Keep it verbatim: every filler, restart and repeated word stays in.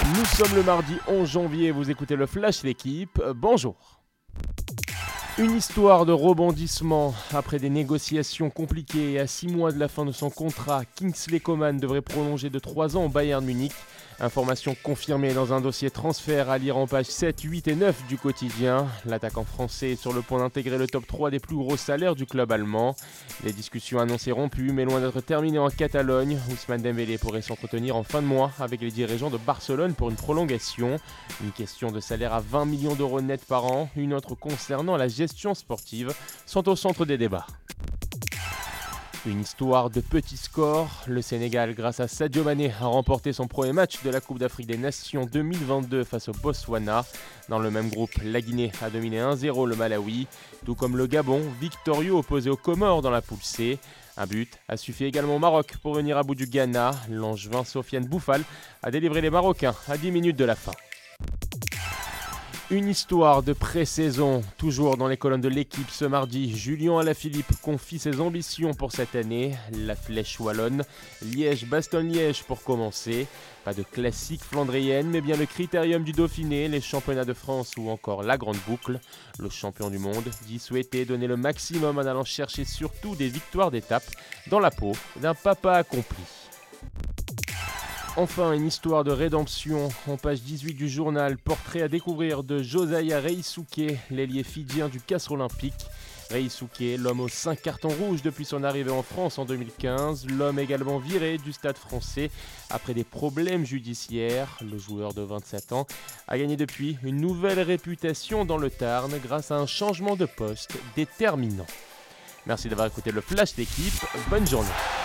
Nous sommes le mardi onze janvier, vous écoutez le Flash L'équipe, bonjour. Une histoire de rebondissement. Après des négociations compliquées et à six mois de la fin de son contrat, Kingsley Coman devrait prolonger de trois ans au Bayern Munich. Information confirmée dans un dossier transfert à lire en pages sept, huit et neuf du quotidien. L'attaquant français est sur le point d'intégrer le top trois des plus gros salaires du club allemand. Les discussions annoncées rompues, mais loin d'être terminées en Catalogne. Ousmane Dembélé pourrait s'entretenir en fin de mois avec les dirigeants de Barcelone pour une prolongation. Une question de salaire à vingt millions d'euros net par an, une autre concernant la gestion sportive, sont au centre des débats. Une histoire de petits scores. Le Sénégal, grâce à Sadio Mané, a remporté son premier match de la Coupe d'Afrique des Nations deux mille vingt-deux face au Botswana. Dans le même groupe, la Guinée a dominé un zéro le Malawi, tout comme le Gabon, victorieux opposé aux Comores dans la poule C. Un but a suffi également au Maroc pour venir à bout du Ghana. L'Angevin Sofiane Bouffal a délivré les Marocains à dix minutes de la fin. Une histoire de pré-saison, toujours dans les colonnes de l'équipe ce mardi. Julien Alaphilippe confie ses ambitions pour cette année. La flèche wallonne, Liège-Bastogne-Liège pour commencer. Pas de classique flandrienne, mais bien le critérium du Dauphiné, les championnats de France ou encore la grande boucle. Le champion du monde dit souhaiter donner le maximum en allant chercher surtout des victoires d'étape dans la peau d'un papa accompli. Enfin, une histoire de rédemption. En page dix-huit du journal, portrait à découvrir de Josiah Reisuke, l'ailier fidjien du Castres olympique. Reisuke, l'homme aux cinq cartons rouges depuis son arrivée en France en deux mille quinze, l'homme également viré du Stade français après des problèmes judiciaires. Le joueur de vingt-sept ans a gagné depuis une nouvelle réputation dans le Tarn grâce à un changement de poste déterminant. Merci d'avoir écouté le Flash d'équipe, bonne journée.